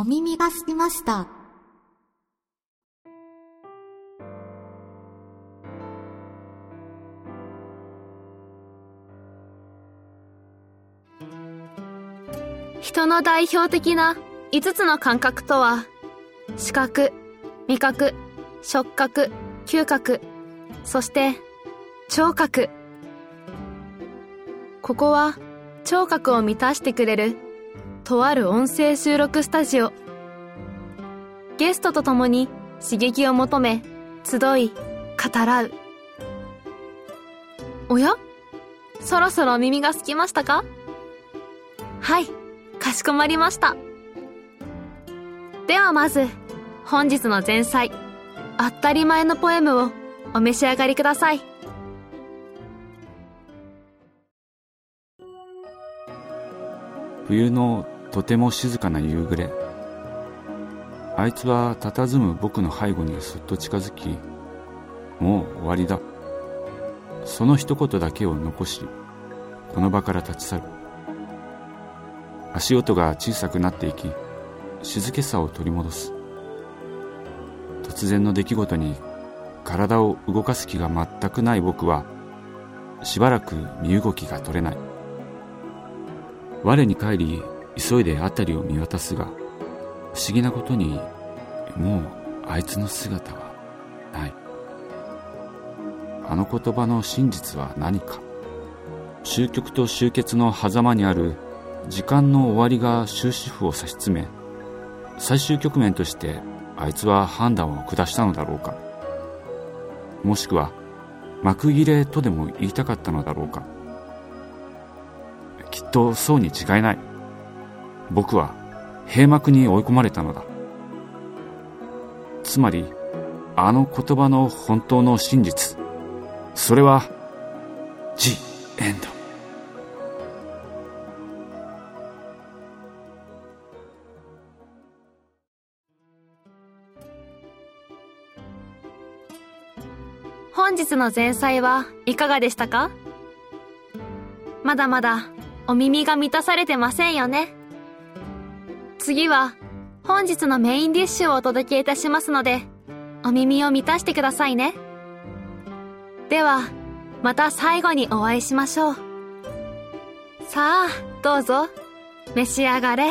お耳がすきました。 人の代表的な5つの感覚とは、視覚、味覚、触覚、嗅覚、そして聴覚。ここは聴覚を満たしてくれるとある音声収録スタジオ。ゲストと共に刺激を求め集い語らう。おや？そろそろお耳がすきましたか？はい、かしこまりました。ではまず本日の前菜、あったり前のポエムをお召し上がりください。 冬のとても静かな夕暮れ、あいつは佇む僕の背後にそっと近づき、もう終わりだ、その一言だけを残し、この場から立ち去る。足音が小さくなっていき、静けさを取り戻す。突然の出来事に体を動かす気が全くない僕は、しばらく身動きが取れない。我に返り、急いで辺りを見渡すが、不思議なことにもうあいつの姿はない。あの言葉の真実は何か。終局と終結の狭間にある時間の終わりが終止符を差し詰め、最終局面としてあいつは判断を下したのだろうか。もしくは幕切れとでも言いたかったのだろうか。きっとそうに違いない。僕は閉幕に追い込まれたのだ。つまりあの言葉の本当の真実、それは The End。 本日の前菜はいかがでしたか？まだまだお耳が満たされてませんよね。次は本日のメインディッシュをお届けいたしますので、お耳を満たしてくださいね。ではまた最後にお会いしましょう。さあどうぞ召し上がれ。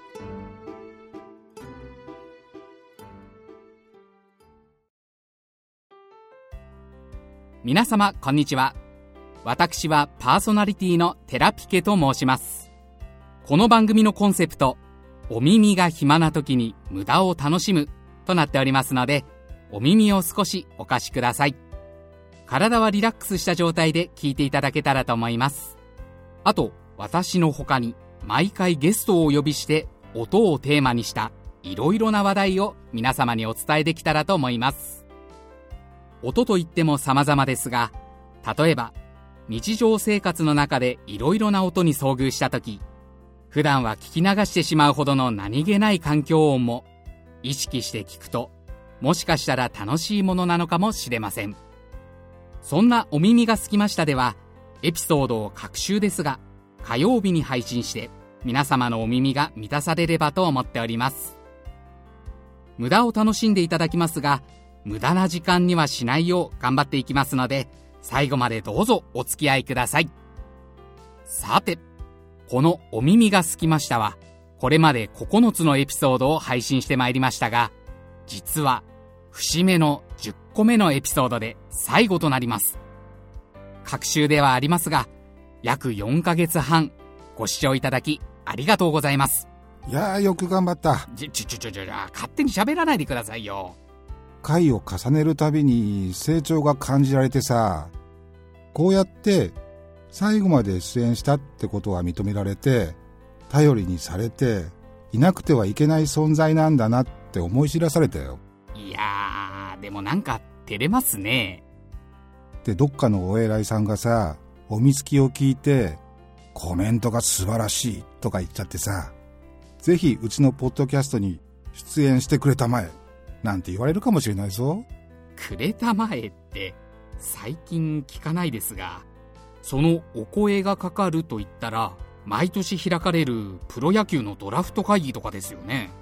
皆様こんにちは。私はパーソナリティのテラピケと申します。この番組のコンセプト、お耳が暇な時に無駄を楽しむとなっておりますので、お耳を少しお貸しください。体はリラックスした状態で聞いていただけたらと思います。あと、私の他に毎回ゲストをお呼びして音をテーマにしたいろいろな話題を皆様にお伝えできたらと思います。音といっても様々ですが、例えば日常生活の中でいろいろな音に遭遇したとき、普段は聞き流してしまうほどの何気ない環境音も意識して聞くと、もしかしたら楽しいものなのかもしれません。そんなお耳がすきましたでは、エピソードを各週ですが火曜日に配信して皆様のお耳が満たされればと思っております。無駄を楽しんでいただきますが、無駄な時間にはしないよう頑張っていきますので、最後までどうぞお付き合いください。さて、このお耳がすきましたは、これまで9つのエピソードを配信してまいりましたが、実は節目の10個目のエピソードで最後となります。各週ではありますが、約4ヶ月半ご視聴いただきありがとうございます。 いやー、よく頑張った。 勝手に喋らないでくださいよ。 回を重ねるたびに成長が感じられてさ、こうやって最後まで出演したってことは認められて、頼りにされて、いなくてはいけない存在なんだなって思い知らされたよ。 いやー、でもなんか照れますね。 で、どっかのお偉いさんがさ、おみつきを聞いて、コメントが素晴らしいとか言っちゃってさ、ぜひうちのポッドキャストに出演してくれたまえなんて言われるかもしれないぞ。 くれたまえって最近聞かないですが、そのお声がかかると言ったら毎年開かれるプロ野球のドラフト会議とかですよね。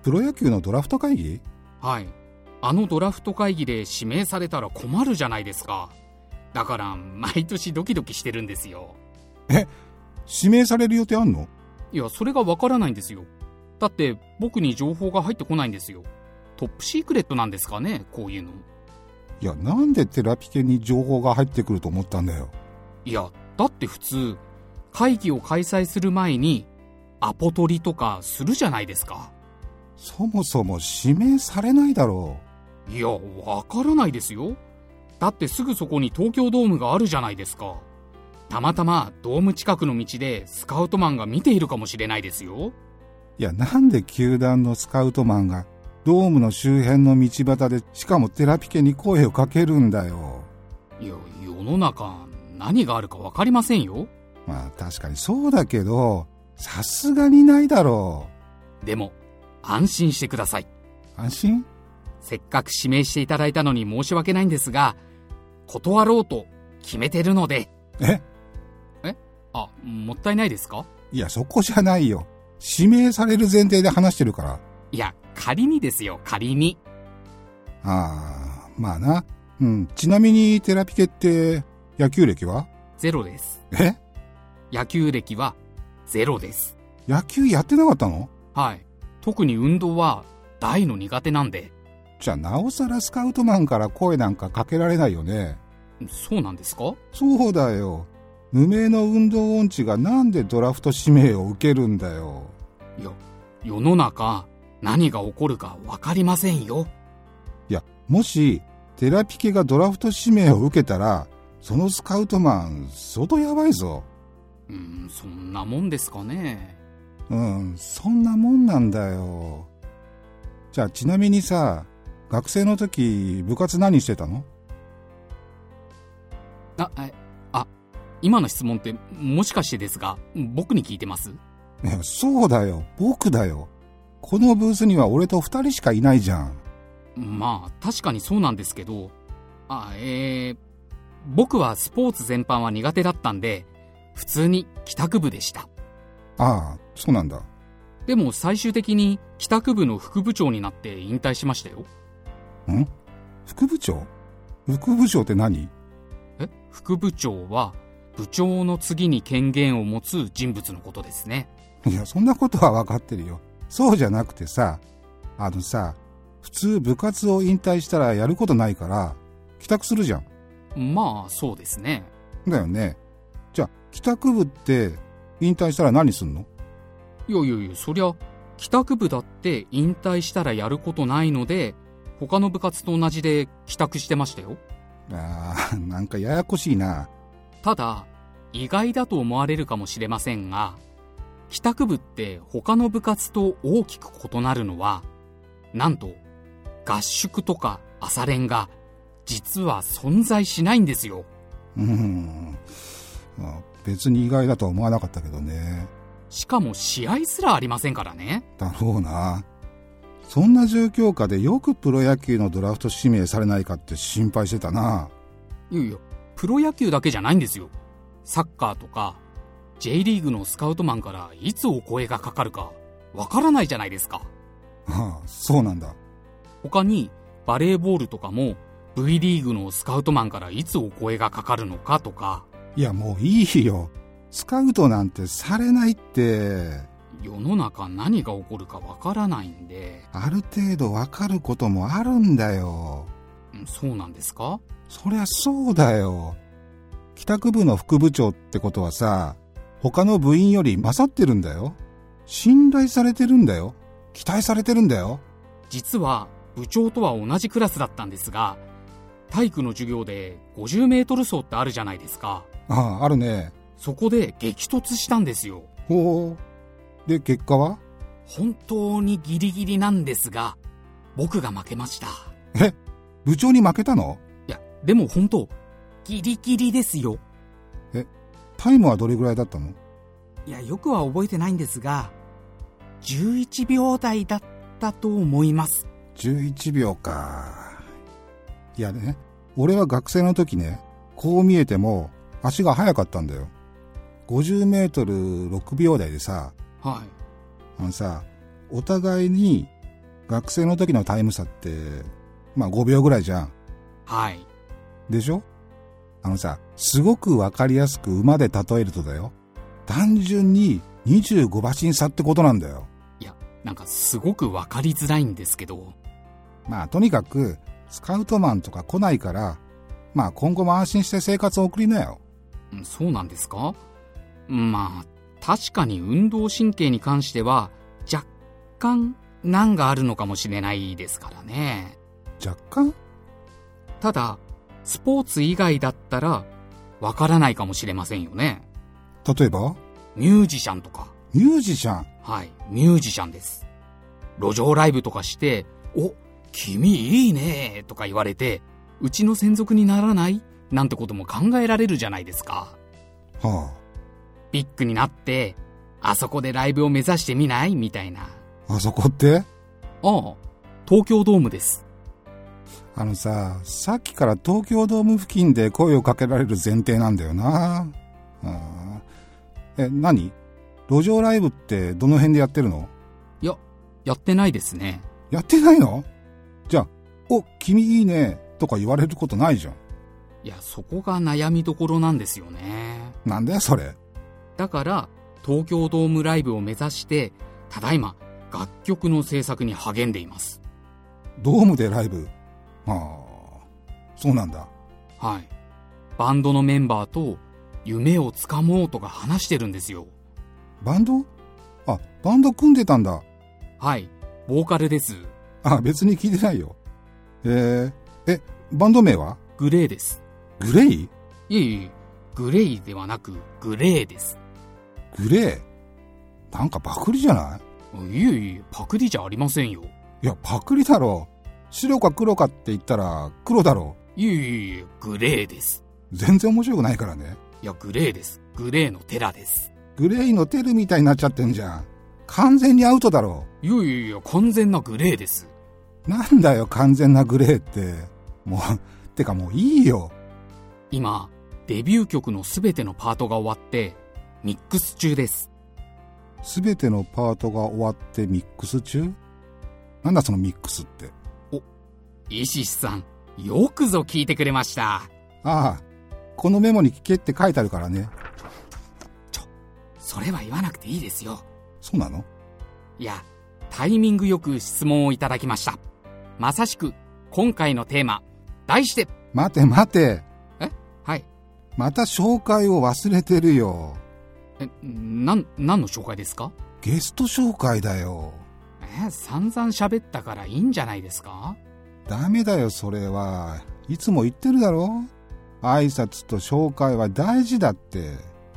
プロ野球のドラフト会議？ はい。あのドラフト会議で指名されたら困るじゃないですか。だから毎年ドキドキしてるんですよ。 指名される予定あんの？ いや、それがわからないんですよ。だって僕に情報が入ってこないんですよ。トップシークレットなんですかね、こういうの。 いや、なんでテラピケに情報が入ってくると思ったんだよ。 いや、だって普通会議を開催する前にアポ取りとかするじゃないですか。 そもそも指名されないだろいや、わからないですよ。だってすぐそこに東京ドームがあるじゃないですか。たまたまドーム近くの道でスカウトマンが見ているかもしれないですよ。 いや、なんで球団のスカウトマンがドームの周辺の道端で、しかもテラピケに声をかけるんだよ。 いや、世の中何があるかわかりませんよ。 まあ確かにそうだけど、さすがにないだろう。でも安心してください。 安心？ せっかく指名していただいたのに申し訳ないんですが、断ろうと決めてるので。あ、もったいないですか？ いや、そこじゃないよ。指名される前提で話してるから。 いや、仮にですよ、仮に。 ああ、まあな。ちなみにテラピケって野球歴は ？0です。野球歴は0です。 野球やってなかったの？ はい。特に運動は大の苦手なんで。 じゃあなおさらスカウトマンから声なんかかけられないよね。 そうなんですか？ そうだよ。無名の運動音痴がなんでドラフト指名を受けるんだよ。 いや、世の中何が起こるか分かりませんよ。 いや、もしテラピケがドラフト指名を受けたら、そのスカウトマン相当やばいぞ。 そんなもんですかね。 そんなもんなんだよ。じゃあちなみにさ、学生の時部活何してたの？ 今の質問ってもしかしてですが、僕に聞いてます？ いや、そうだよ、僕だよ。このブースには俺と2人しかいないじゃん。 まあ確かにそうなんですけど、僕はスポーツ全般は苦手だったんで、普通に帰宅部でした。 ああ、そうなんだ。 でも最終的に帰宅部の副部長になって引退しましたよ。 副部長？副部長って何？ 副部長は部長の次に権限を持つ人物のことですね。 いや、そんなことは分かってるよ。そうじゃなくてさ、普通部活を引退したらやることないから帰宅するじゃん。 まあそうですね。 だよね。じゃあ帰宅部って引退したら何すんの？ いや、そりゃ帰宅部だって引退したらやることないので、他の部活と同じで帰宅してましたよ。 なんかややこしいな。 ただ意外だと思われるかもしれませんが、帰宅部って他の部活と大きく異なるのは、なんと合宿とか朝練が実は存在しないんですよ。 別に意外だとは思わなかったけどね。 しかも試合すらありませんからね。 だろうな。そんな状況下でよくプロ野球のドラフト指名されないかって心配してたな。 いや、プロ野球だけじゃないんですよ。サッカーとか J リーグのスカウトマンからいつお声がかかるかわからないじゃないですか。 そうなんだ。 他にバレーボールとかも V リーグのスカウトマンからいつお声がかかるのかとか。 いや、もういいよ。スカウトなんてされないって。 世の中何が起こるかわからないんで。 ある程度わかることもあるんだよ。 そうなんですか？ そりゃそうだよ。帰宅部の副部長ってことはさ、他の部員より勝ってるんだよ。信頼されてるんだよ。期待されてるんだよ。 実は部長とは同じクラスだったんですが、体育の授業で50メートル走ってあるじゃないですか。 あるね。 そこで激突したんですよ。 ほう。で、結果は？ 本当にギリギリなんですが、僕が負けました。 部長に負けたの？ いや、でも本当ギリギリですよ。 タイムはどれぐらいだったの？ いや、よくは覚えてないんですが、11秒台だったと思います。 11秒か。いやね、俺は学生の時ね、こう見えても足が速かったんだよ。50メートル6秒台でさ、 はい。 お互いに学生の時のタイム差って5秒ぐらいじゃん。 はい。 でしょ？すごくわかりやすく馬で例えるとだよ、単純に25馬身差ってことなんだよ。 いや、なんかすごくわかりづらいんですけど。 とにかくスカウトマンとか来ないから、今後も安心して生活を送りなよ。 そうなんですか？確かに運動神経に関しては若干難があるのかもしれないですからね。 若干？ ただスポーツ以外だったらわからないかもしれませんよね。 例えば？ ミュージシャンとか。 ミュージシャン？ はい、ミュージシャンです。路上ライブとかして、お、君いいねとか言われて、うちの専属にならないなんてことも考えられるじゃないですか。 はあ。 ビッグになって、あそこでライブを目指してみないみたいな。 あそこって？ ああ、東京ドームです。 さっきから東京ドーム付近で声をかけられる前提なんだよな。何？路上ライブってどの辺でやってるの？ いや、やってないですね。 やってないの？じゃあ、お、君いいねとか言われることないじゃん。 いや、そこが悩みどころなんですよね。 なんだよそれ。 だから東京ドームライブを目指して、ただいま楽曲の制作に励んでいます。 ドームでライブ？そうなんだ。 はい。バンドのメンバーと夢をつかもうとか話してるんですよ。 バンド？バンド組んでたんだ。 はい、ボーカルです。 別に聞いてないよ。バンド名は？ グレーです。 グレイ？ いえ、グレイではなくグレーです。 グレー？なんかパクリじゃない？ いえ、パクリじゃありませんよ。 いや、パクリだろ。白か黒かって言ったら黒だろ。 いえ、グレーです。 全然面白くないからね。 いや、グレーです。グレーのテラです。 グレイのテルみたいになっちゃってんじゃん。完全にアウトだろ。 いや、完全なグレーです。 なんだよ完全なグレーって。もういいよ。 今デビュー曲のすべてのパートが終わってミックス中です。 すべてのパートが終わってミックス中？なんだそのミックスって。 石さん、よくぞ聞いてくれました。 このメモに聞けって書いてあるからね。 それは言わなくていいですよ。 そうなの？ いや、タイミングよく質問をいただきました。まさしく今回のテーマ、題して。 待て。 はい。 また紹介を忘れてるよ。 何の紹介ですか？ ゲスト紹介だよ。 散々喋ったからいいんじゃないですか？ ダメだよそれは。いつも言ってるだろ。挨拶と紹介は大事だって。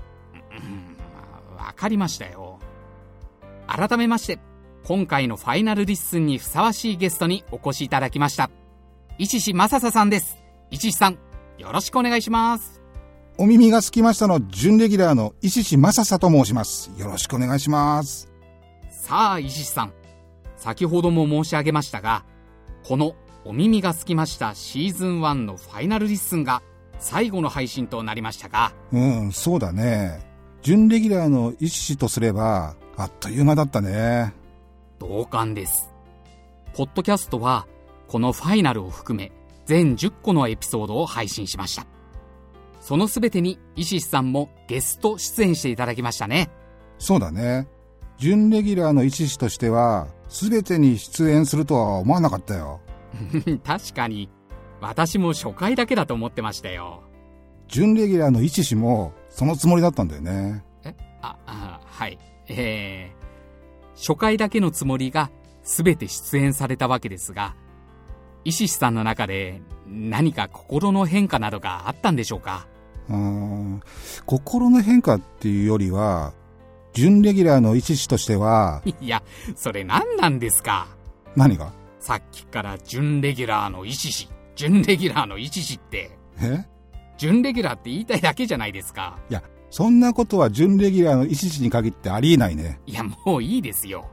わかりましたよ。改めまして今回のファイナルリッスンにふさわしいゲストにお越しいただきました。石志正沙さんです。石志さん、よろしくお願いします。 お耳がすきましたの準レギュラーの石志正沙と申します。よろしくお願いします。 さあ石志さん、先ほども申し上げましたが、このお耳がすきましたシーズン1のファイナルリッスンが最後の配信となりましたが。 そうだね。準レギュラーの石志とすればあっという間だったね。 同感です。ポッドキャストはこのファイナルを含め全10個のエピソードを配信しました。そのすべてに石志さんもゲスト出演していただきましたね。 そうだね。準レギュラーの石志としてはすべてに出演するとは思わなかったよ。 確かに私も初回だけだと思ってましたよ。 準レギュラーの石志もそのつもりだったんだよね。 はい。初回だけのつもりが全て出演されたわけですが、石志さんの中で何か心の変化などがあったんでしょうか？ 心の変化っていうよりは、準レギュラーの石志としては。 いや、それ何なんですか？ 何が？ さっきから準レギュラーの石志、準レギュラーの石志って。準レギュラーって言いたいだけじゃないですか。 いや、そんなことは準レギュラーの石志に限ってありえないね。 いや、もういいですよ。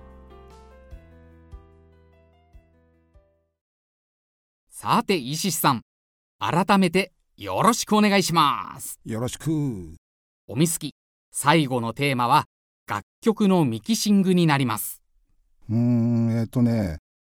さて石志さん、改めてよろしくお願いします。 よろしく。 おみすき最後のテーマは楽曲のミキシングになります。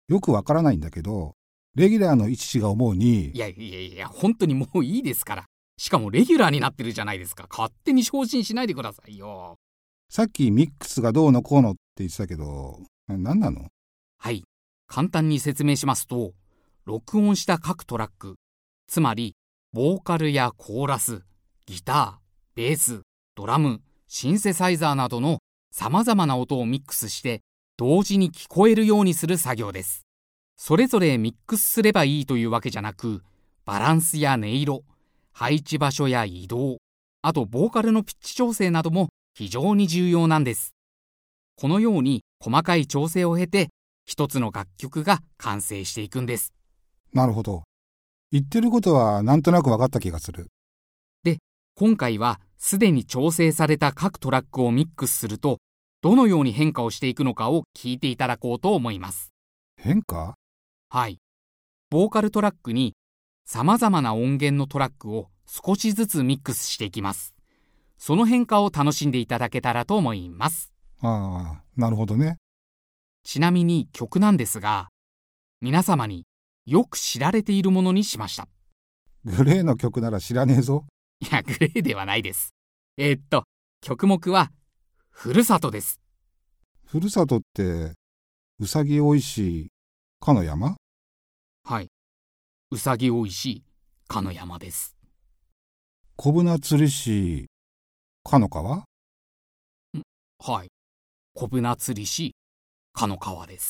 よくわからないんだけど、レギュラーの一士が思うに、 いや、本当にもういいですから。しかもレギュラーになってるじゃないですか。勝手に昇進しないでくださいよ。 さっきミックスがどうのこうのって言ってたけど、何なの？ はい。簡単に説明しますと、録音した各トラック、つまり、ボーカルやコーラス、ギター、ベース、ドラム、シンセサイザーなどの様々な音をミックスして、同時に聞こえるようにする作業です。それぞれミックスすればいいというわけじゃなく、バランスや音色、配置場所や移動、あとボーカルのピッチ調整なども非常に重要なんです。このように細かい調整を経て、一つの楽曲が完成していくんです。 なるほど。言ってることはなんとなく分かった気がする。 で、今回はすでに調整された各トラックをミックスすると、どのように変化をしていくのかを聞いていただこうと思います。 変化？ はい。ボーカルトラックに様々な音源のトラックを少しずつミックスしていきます。その変化を楽しんでいただけたらと思います。 ああ、なるほどね。 ちなみに曲なんですが、皆様によく知られているものにしました。 グレーの曲なら知らねえぞ。 いや、グレーではないです。曲目は、ふるさとです。 ふるさとって、うさぎおいしい、かの山？ はい。うさぎおいしい、かの山です。 小舟釣りし、かの川？ はい。小舟釣りし、かの川です。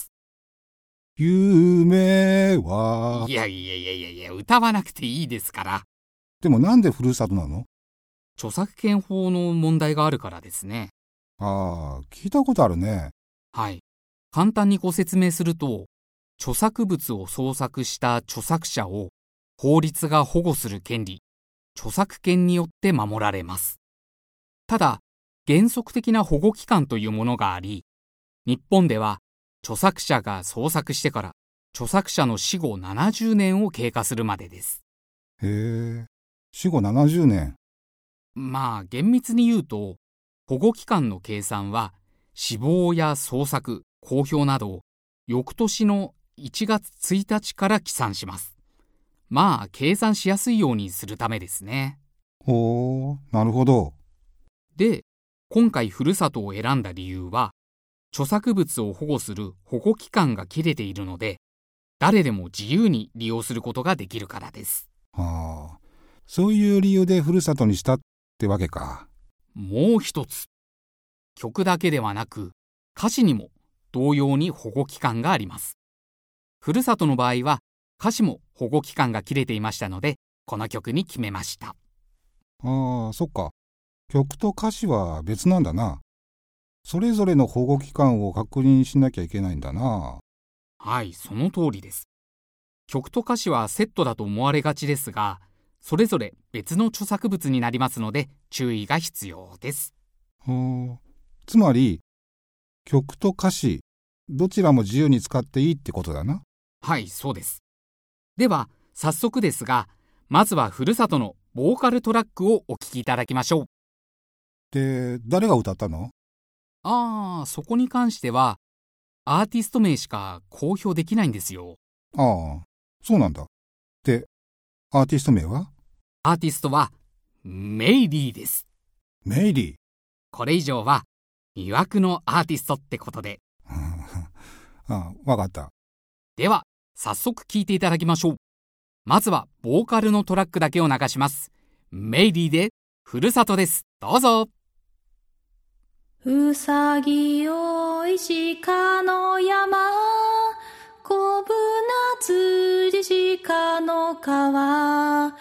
夢は？ いや、歌わなくていいですから。 でもなんでふるさとなの？ 著作権法の問題があるからですね。 ああ、聞いたことあるね。 はい。簡単にご説明すると、著作物を創作した著作者を法律が保護する権利、著作権によって守られます。ただ、原則的な保護期間というものがあり、日本では著作者が創作してから著作者の死後70年を経過するまでです。 へえ、死後70年。 まあ厳密に言うと、保護期間の計算は死亡や創作、公表など翌年の1月1日から起算します。まあ計算しやすいようにするためですね。 ほう、なるほど。 で、今回ふるさとを選んだ理由は、著作物を保護する保護期間が切れているので、誰でも自由に利用することができるからです。 はあ、そういう理由でふるさとにしたってわけか。 もう一つ、曲だけではなく歌詞にも同様に保護期間があります。ふるさとの場合は歌詞も保護期間が切れていましたので、この曲に決めました。 ああ、そっか。曲と歌詞は別なんだな。それぞれの保護期間を確認しなきゃいけないんだな。 はい、その通りです。曲と歌詞はセットだと思われがちですが、それぞれ別の著作物になりますので注意が必要です。 つまり、曲と歌詞、どちらも自由に使っていいってことだな。 はい、そうです。では、早速ですが、まずはふるさとのボーカルトラックをお聴きいただきましょう。 で、誰が歌ったの？ そこに関しては、アーティスト名しか公表できないんですよ。 ああ、そうなんだ。で、アーティスト名は？ アーティストは、メイリーです。 メイリー。 これ以上は、魅惑のアーティストってことで。 わかった。 では、早速聴いていただきましょう。まずは、ボーカルのトラックだけを流します。メイリーで、ふるさとです。どうぞ。 うさぎおいしかの山、小舟釣りしかの川。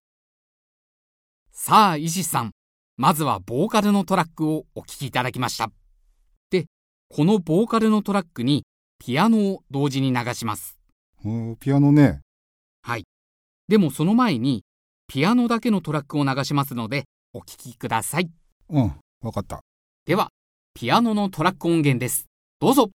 さあ、石さん。まずはボーカルのトラックをお聴きいただきました。で、このボーカルのトラックにピアノを同時に流します。 ピアノね。 はい。でもその前にピアノだけのトラックを流しますのでお聴きください。 わかった。 では、ピアノのトラック音源です。どうぞ。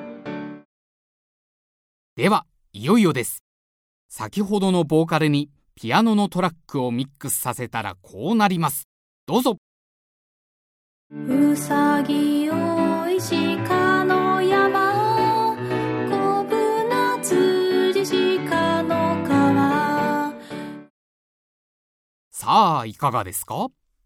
では、いよいよです。先ほどのボーカルにピアノのトラックをミックスさせたらこうなります。どうぞ。 うさぎよ石かの山、こぶなつじ鹿の川。 さあ、いかがですか？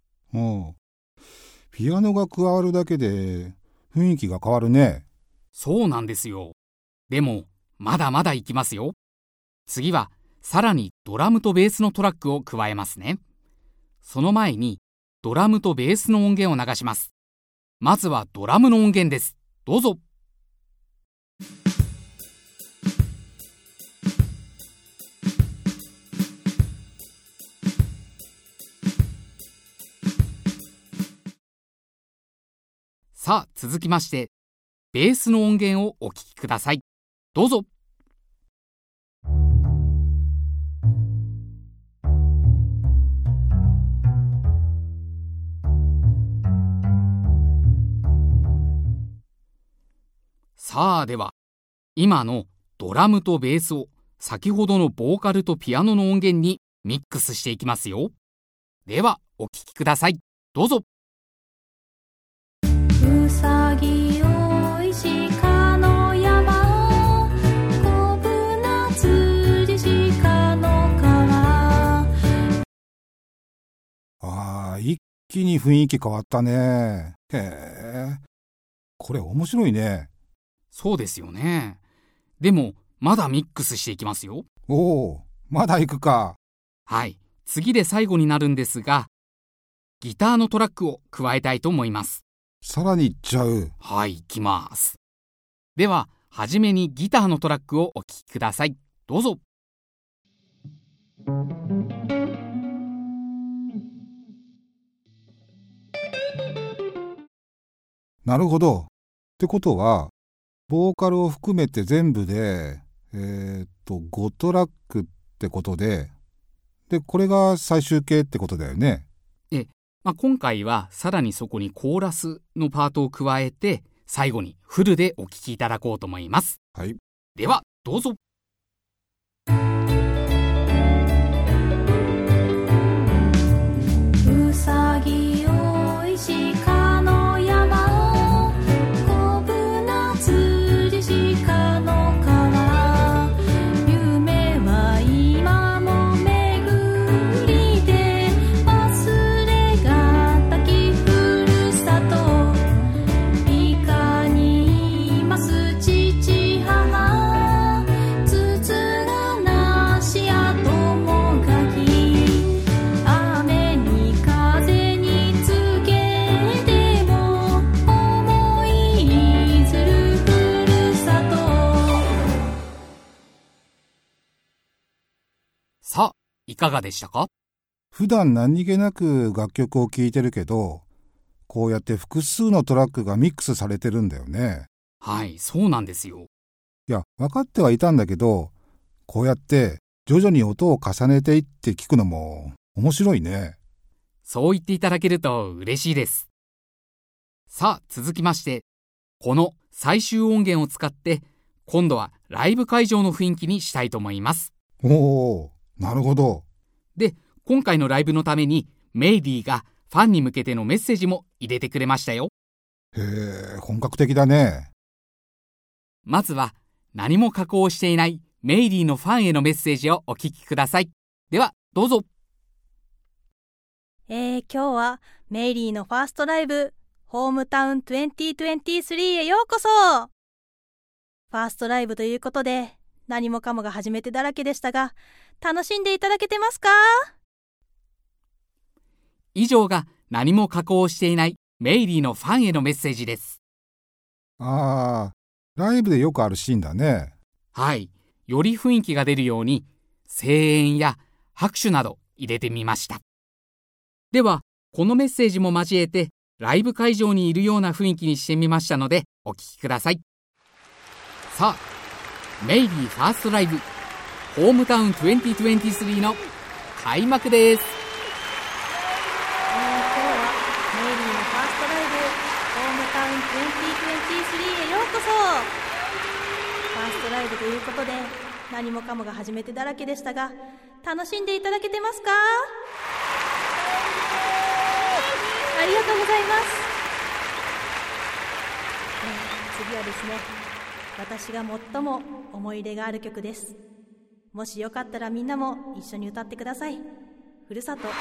ピアノが加わるだけで雰囲気が変わるね。 そうなんですよ。でも、まだまだいきますよ。次は、さらにドラムとベースのトラックを加えますね。その前に、ドラムとベースの音源を流します。まずはドラムの音源です。どうぞ。さあ、続きまして、ベースの音源をお聞きください。どうぞ。さあ、では、今のドラムとベースを先ほどのボーカルとピアノの音源にミックスしていきますよ。では、お聞きください。どうぞ。 うさぎよ石かの山、こぶなつじ鹿の川。 一気に雰囲気変わったね。へえ、これ面白いね。 そうですよね。でも、まだミックスしていきますよ。 まだ行くか。 はい。次で最後になるんですが、ギターのトラックを加えたいと思います。 さらに行っちゃう。 はい、行きます。では、はじめにギターのトラックをお聴きください。どうぞ。 なるほど。ってことは、ボーカルを含めて全部で、5トラックってことで、これが最終形ってことだよね。 今回はさらにそこにコーラスのパートを加えて、最後にフルでお聴きいただこうと思います。 はい。 では、どうぞ。 うさぎよ石かの山、こぶなつじ鹿の川。夢は今も巡りで、忘れがたきふるさと。いかにいます父母、つつがなしや友がき。雨に風につけても思いずるふるさと。 さあ、いかがでしたか？ 普段何気なく楽曲を聴いてるけど、こうやって複数のトラックがミックスされてるんだよね。 はい、そうなんですよ。 いや、分かってはいたんだけど、こうやって徐々に音を重ねていって聞くのも面白いね。 そう言っていただけると嬉しいです。さあ、続きまして、この最終音源を使って、今度はライブ会場の雰囲気にしたいと思います。 なるほど。 で、今回のライブのために、メイディがファンに向けてのメッセージも入れてくれましたよ。 へえ、本格的だね。 まずは、何も加工していないメイディのファンへのメッセージをお聞きください。では、どうぞ。 今日はメイリーのファーストライブ、ホームタウン2023へようこそ。ファーストライブということで、何もかもが初めてだらけでしたが、楽しんでいただけてますか？ 以上が何も加工していないメイリーのファンへのメッセージです。 ライブでよくあるシーンだね。 はい。より雰囲気が出るように、声援や拍手など入れてみました。では、このメッセージも交えて、ライブ会場にいるような雰囲気にしてみましたので、お聞きください。さあ、メイリーファーストライブ、ホームタウン2023の開幕です。 今日はメイリーのファーストライブ、ホームタウン2023へようこそ。ファーストライブということで、何もかもが初めてだらけでしたが、 楽しんでいただけてますか？ありがとうございます。次はですね、私が最も思い入れがある曲です。もしよかったらみんなも一緒に歌ってください。ふるさと。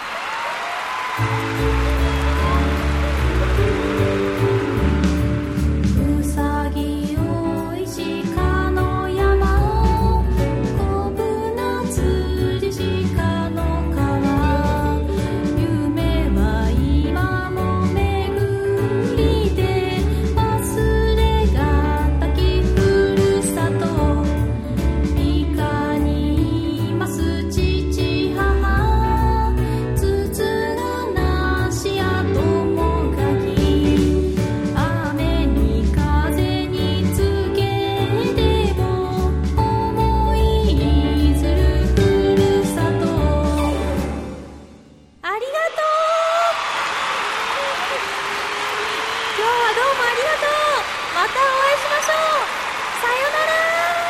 うさぎおいしかの山、こぶなつりしかの川、夢は今も巡りで忘れがたきふるさと、いかにいます父母、つつがなしや友がき、雨に風につけても思いずるふるさと。 ありがとう。今日はどうもありがとう。またお会いしましょう。さよなら。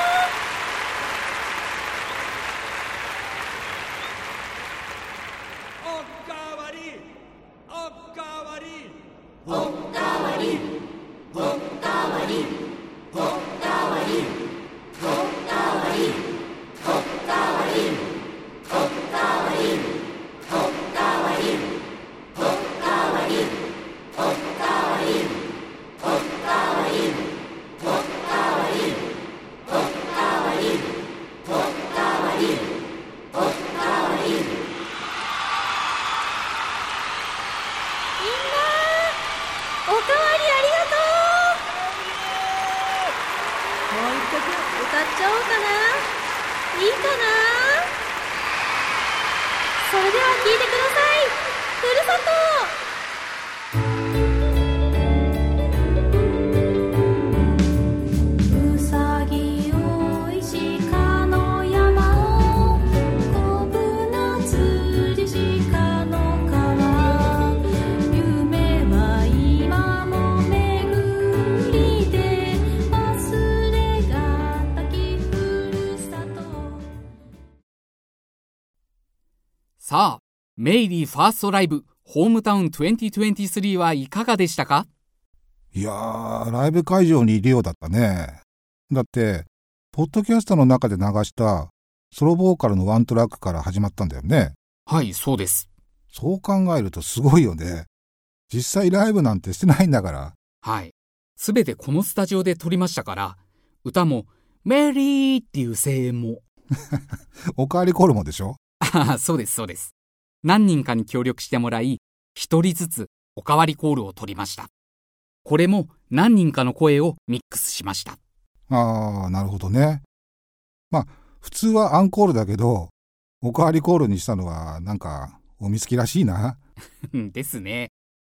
おかわりおかわりおかわりおかわりおかわりおかわりおかわりおかわりおかわりおかわりおかわりおかわりおかわりおかわりおかわりおかわりおかわり。 みんなおかわりありがとう。もう一曲歌っちゃおうかな。いいかな。それでは聴いてください。ふるさと。 うさぎおいしかの山、こぶなつりしかの川、夢は今も巡りで忘れがたきふるさと。 さあ、メイリーファーストライブホームタウン2023はいかがでしたか？ いやー、ライブ会場にいるようだったね。だって、ポッドキャストの中で流したソロボーカルのワントラックから始まったんだよね。 はい、そうです。 そう考えるとすごいよね。実際ライブなんてしてないんだから。 はい。すべてこのスタジオで撮りましたから、歌もメリーっていう声援も。 おかわりコールもでしょ？ ああ、そうです、そうです。何人かに協力してもらい、一人ずつおかわりコールを取りました。これも何人かの声をミックスしました。 ああ、なるほどね。まあ、普通はアンコールだけど、おかわりコールにしたのはなんかおみつきらしいな。 ですね。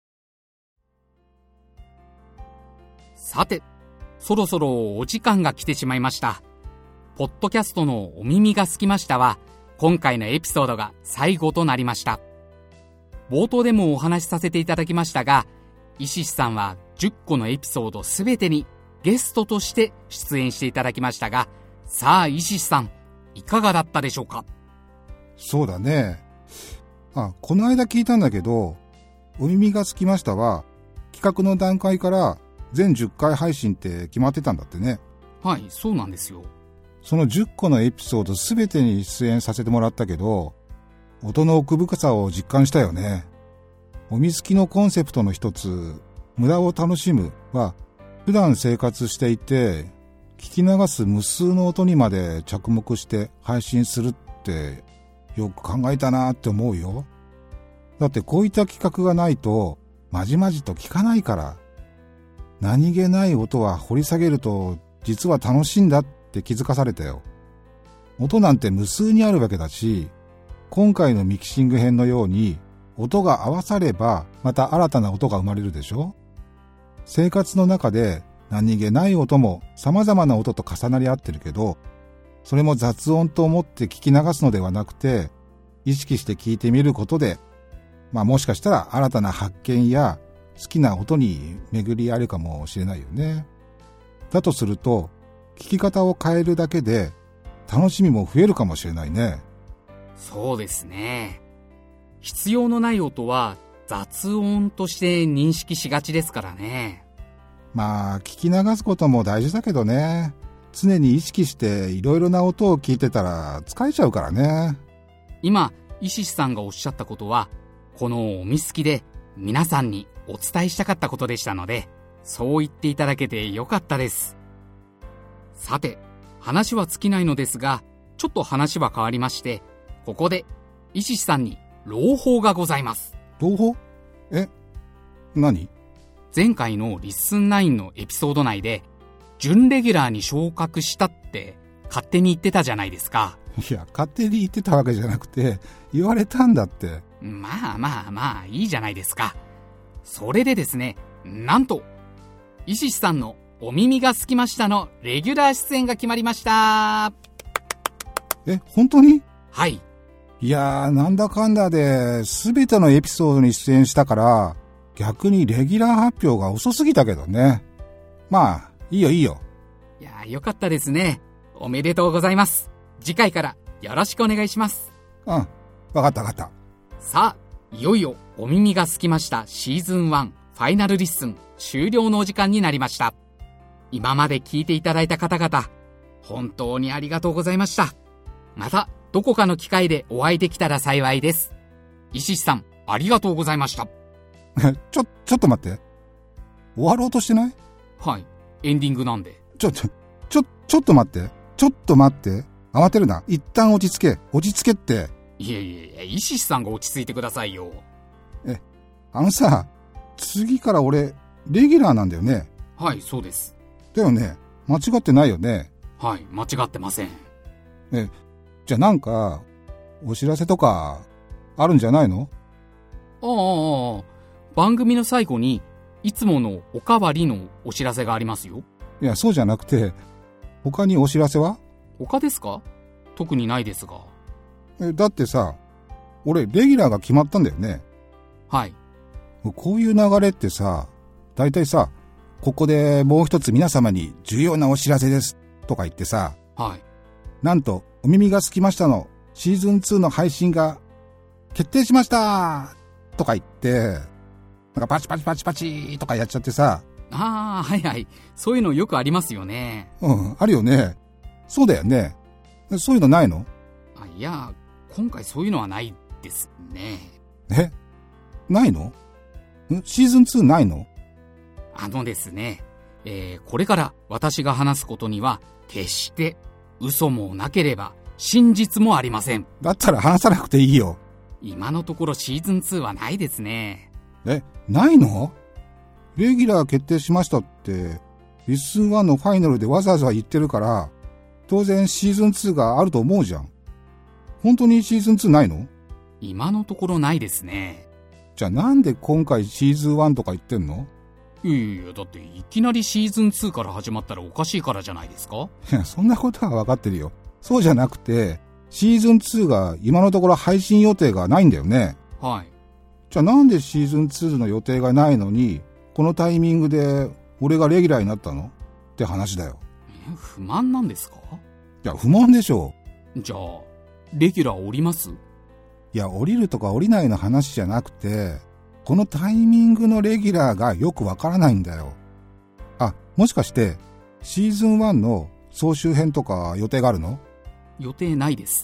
さて、そろそろお時間が来てしまいました。ポッドキャストのお耳がすきましたは、今回のエピソードが最後となりました。冒頭でもお話しさせていただきましたが、石師さんは10個のエピソードすべてにゲストとして出演していただきましたが、さあ石師さん、いかがだったでしょうか？ そうだね。この間聞いたんだけど、お耳がすきましたは、企画の段階から全10回配信って決まってたんだってね。 はい、そうなんですよ。 その10個のエピソードすべてに出演させてもらったけど、音の奥深さを実感したよね。おみつきのコンセプトの一つ、無駄を楽しむは、普段生活していて、聞き流す無数の音にまで着目して配信するってよく考えたなって思うよ。だってこういった企画がないとまじまじと聞かないから。何気ない音は掘り下げると実は楽しいんだって気づかされたよ。音なんて無数にあるわけだし、今回のミキシング編のように音が合わさればまた新たな音が生まれるでしょ。生活の中で何気ない音も様々な音と重なり合ってるけど、それも雑音と思って聞き流すのではなくて、意識して聞いてみることで、もしかしたら新たな発見や好きな音に巡り合えるかもしれないよね。だとすると、聞き方を変えるだけで楽しみも増えるかもしれないね。 そうですね。必要のない音は雑音として認識しがちですからね。 まあ、聞き流すことも大事だけどね。常に意識していろいろな音を聞いてたら疲れちゃうからね。 今、石さんがおっしゃったことは、このおみすきで皆さんにお伝えしたかったことでしたので、そう言っていただけてよかったです。さて、話は尽きないのですが、ちょっと話は変わりまして、ここで石さんに朗報がございます。 朗報？何？ 前回のリッスン9のエピソード内で、準レギュラーに昇格したって勝手に言ってたじゃないですか。 いや、勝手に言ってたわけじゃなくて、言われたんだって。 まあ、いいじゃないですか。それでですね、なんと、石さんのお耳がすきましたのレギュラー出演が決まりました。 本当に？ はい。 いやー、なんだかんだで、すべてのエピソードに出演したから、逆にレギュラー発表が遅すぎたけどね。まあ、いいよ。 いや、よかったですね。おめでとうございます。次回からよろしくお願いします。 うん、わかった。 さあ、いよいよお耳がすきましたシーズン1ファイナルリッスン終了のお時間になりました。今まで聞いていただいた方々、本当にありがとうございました。また、どこかの機会でお会いできたら幸いです。石さん、ありがとうございました。 ちょっと待って。終わろうとしてない？ はい、エンディングなんで。 ちょっと待って。慌てるな。一旦落ち着けって。 いや、石さんが落ち着いてくださいよ。 さ、次から俺、レギュラーなんだよね。 はい、そうです。 だよね。間違ってないよね。 はい、間違ってません。 じゃあなんか、お知らせとか、あるんじゃないの？ 番組の最後に、いつものおかわりのお知らせがありますよ。 いや、そうじゃなくて、他にお知らせは？ 他ですか？特にないですが。 だってさ、俺、レギュラーが決まったんだよね。 はい。 こういう流れってさ、だいたいさ、ここでもう一つ皆様に重要なお知らせです、とか言ってさ、 はい。 なんと、お耳がすきましたのシーズン2の配信が決定しましたとか言って、なんかパチパチとかやっちゃってさ。 はい。そういうのよくありますよね。 あるよね。そうだよね。そういうのないの？ いや、今回そういうのはないですね。 ないの？シーズン2ないの？ ですね、これから私が話すことには、決して嘘もなければ真実もありません。 だったら話さなくていいよ。 今のところシーズン2はないですね。 ないの？レギュラー決定しましたって、リッスン1のファイナルでわざわざ言ってるから、当然シーズン2があると思うじゃん。本当にシーズン2ないの？ 今のところないですね。 じゃあなんで今回シーズン1とか言ってんの？ いや、だっていきなりシーズン2から始まったらおかしいからじゃないですか？ いや、そんなことは分かってるよ。そうじゃなくて、シーズン2が今のところ配信予定がないんだよね。 はい。 じゃあなんでシーズン2の予定がないのに、このタイミングで俺がレギュラーになったの？って話だよ。 不満なんですか？ いや、不満でしょ。 じゃあ、レギュラー降ります？ いや、降りるとか降りないの話じゃなくて、このタイミングのレギュラーがよくわからないんだよ。もしかして、シーズン1の総集編とか予定があるの？ 予定ないです。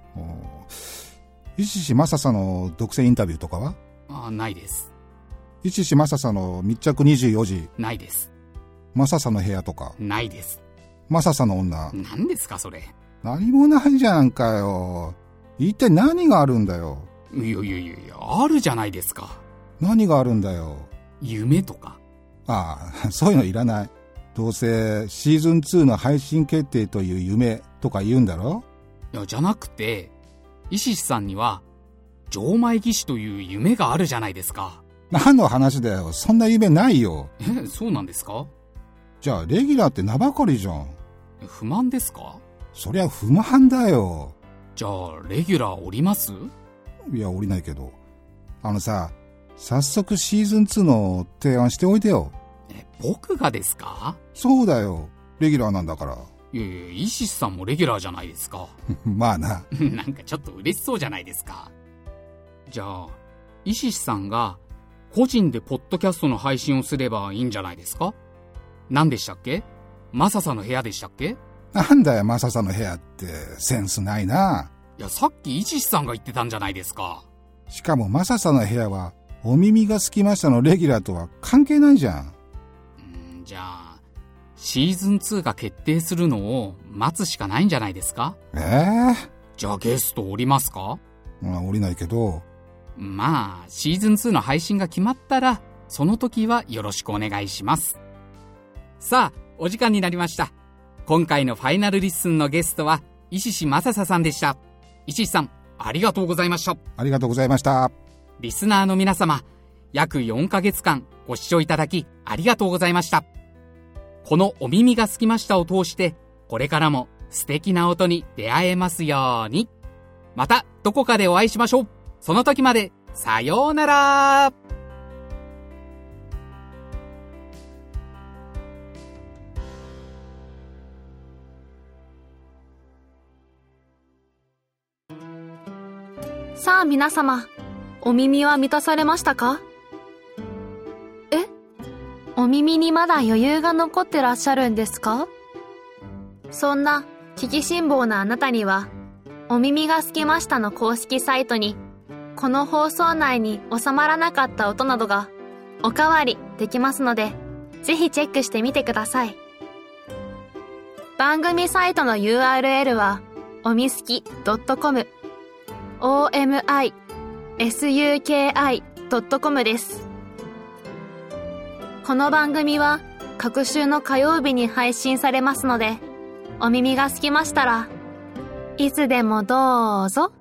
石志正佐の独占インタビューとかは？ ないです。 石志正佐の密着24時？ ないです。 正佐の部屋とか？ ないです。 正佐の女？ 何ですかそれ？ 何もないじゃんかよ。一体何があるんだよ。 いや、あるじゃないですか。 何があるんだよ。 夢とか。 そういうのいらない。どうせシーズン2の配信決定という夢とか言うんだろ？ いや、じゃなくて、石さんには錠前技師という夢があるじゃないですか。 何の話だよ。そんな夢ないよ。 そうなんですか？ じゃあレギュラーって名ばかりじゃん。 不満ですか？ そりゃ不満だよ。 じゃあレギュラー降ります？ いや、降りないけど。早速シーズン2の提案しておいてよ。 僕がですか？ そうだよ。レギュラーなんだから。 いやいや、イシシさんもレギュラーじゃないですか。 まあな。 なんかちょっと嬉しそうじゃないですか。じゃあ、イシシさんが個人でポッドキャストの配信をすればいいんじゃないですか？何でしたっけ？マササの部屋でしたっけ？ なんだよ、マササの部屋って、センスないな。 いや、さっきイシシさんが言ってたんじゃないですか。 しかもマササの部屋は、お耳がすきましたのレギュラーとは関係ないじゃん。 じゃあ、シーズン2が決定するのを待つしかないんじゃないですか？じゃあゲスト降りますか？ 降りないけど。 まあ、シーズン2の配信が決まったら、その時はよろしくお願いします。さあ、お時間になりました。今回のファイナルリッスンのゲストは、石志正沙さんでした。石志さん、ありがとうございました。 ありがとうございました。 リスナーの皆様、約4ヶ月間ご視聴いただきありがとうございました。このお耳がすきましたを通して、これからも素敵な音に出会えますように。またどこかでお会いしましょう。その時まで、さようなら。 さあ皆様、お耳は満たされましたか？お耳にまだ余裕が残ってらっしゃるんですか？そんな聞きしん坊なあなたには、お耳がすきましたの公式サイトに、この放送内に収まらなかった音などがおかわりできますので、ぜひチェックしてみてください。番組サイトの URL は、おみすき .com、omisuki.com です。この番組は各週の火曜日に配信されますので、お耳がすきましたらいつでもどうぞ。